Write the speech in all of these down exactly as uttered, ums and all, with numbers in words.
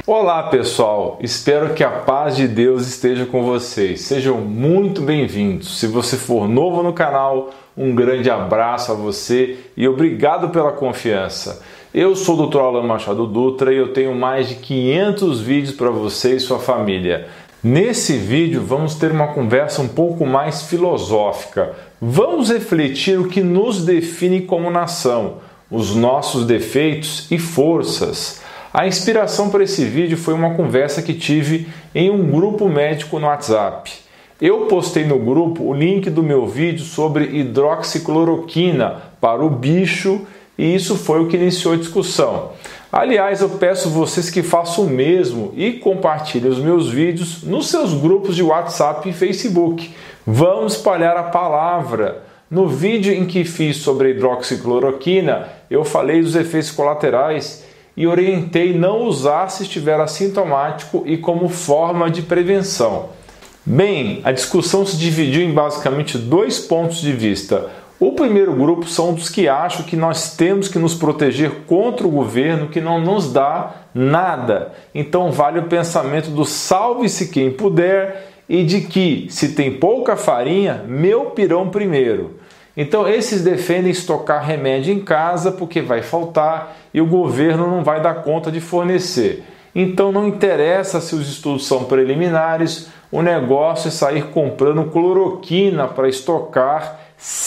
Olá pessoal, espero que a paz de Deus esteja com vocês. Sejam muito bem-vindos. Se você for novo no canal, um grande abraço a você e obrigado pela confiança. Eu sou o doutor Alan Machado Dutra e eu tenho mais de quinhentos vídeos para você e sua família. Nesse vídeo vamos ter uma conversa um pouco mais filosófica. Vamos refletir o que nos define como nação, os nossos defeitos e forças. A inspiração para esse vídeo foi uma conversa que tive em um grupo médico no WhatsApp. Eu postei no grupo o link do meu vídeo sobre hidroxicloroquina para o bicho e isso foi o que iniciou a discussão. Aliás, eu peço vocês que façam o mesmo e compartilhem os meus vídeos nos seus grupos de WhatsApp e Facebook. Vamos espalhar a palavra. No vídeo em que fiz sobre a hidroxicloroquina, eu falei dos efeitos colaterais e orientei não usar se estiver assintomático e como forma de prevenção. Bem, a discussão se dividiu em basicamente dois pontos de vista. O primeiro grupo são dos que acham que nós temos que nos proteger contra o governo que não nos dá nada. Então vale o pensamento do salve-se quem puder e de que, se tem pouca farinha, meu pirão primeiro. Então esses defendem estocar remédio em casa porque vai faltar e o governo não vai dar conta de fornecer. Então não interessa se os estudos são preliminares, o negócio é sair comprando cloroquina para estocar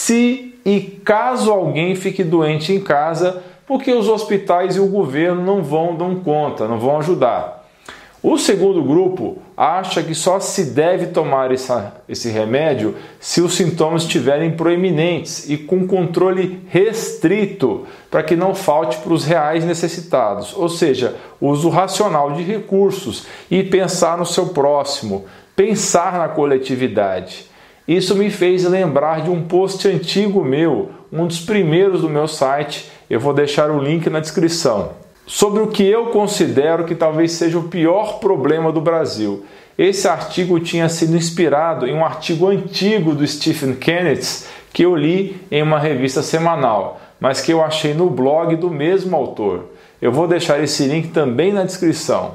se e caso alguém fique doente em casa, porque os hospitais e o governo não vão dar conta, não vão ajudar. O segundo grupo acha que só se deve tomar essa, esse remédio se os sintomas estiverem proeminentes e com controle restrito para que não falte para os reais necessitados, ou seja, uso racional de recursos e pensar no seu próximo, pensar na coletividade. Isso me fez lembrar de um post antigo meu, um dos primeiros do meu site, eu vou deixar o link na descrição, sobre o que eu considero que talvez seja o pior problema do Brasil. Esse artigo tinha sido inspirado em um artigo antigo do Stephen Kenneth que eu li em uma revista semanal, mas que eu achei no blog do mesmo autor. Eu vou deixar esse link também na descrição.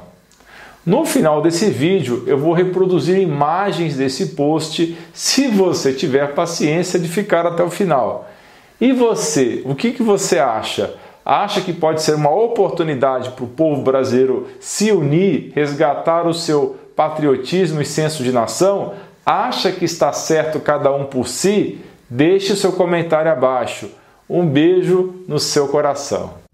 No final desse vídeo eu vou reproduzir imagens desse post se você tiver paciência de ficar até o final. E você, o que, que você acha? Acha que pode ser uma oportunidade para o povo brasileiro se unir, resgatar o seu patriotismo e senso de nação? Acha que está certo cada um por si? Deixe o seu comentário abaixo. Um beijo no seu coração.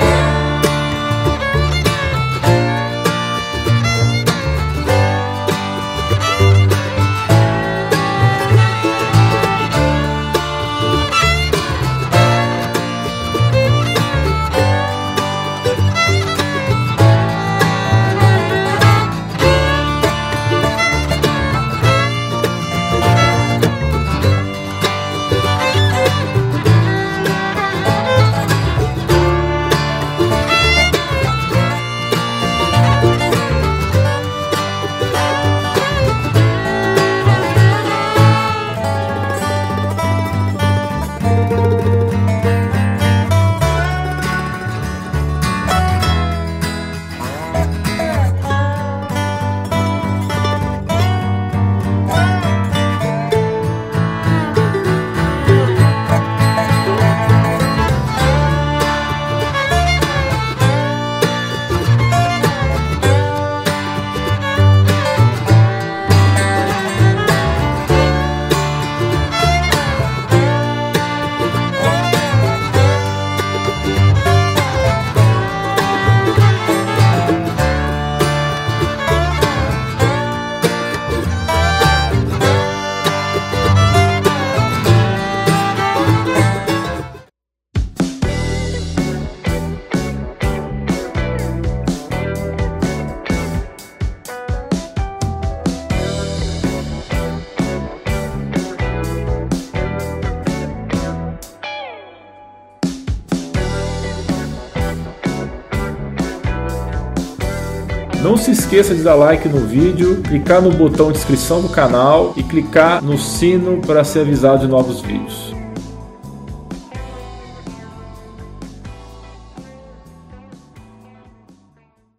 Não se esqueça de dar like no vídeo, clicar no botão de inscrição do canal e clicar no sino para ser avisado de novos vídeos.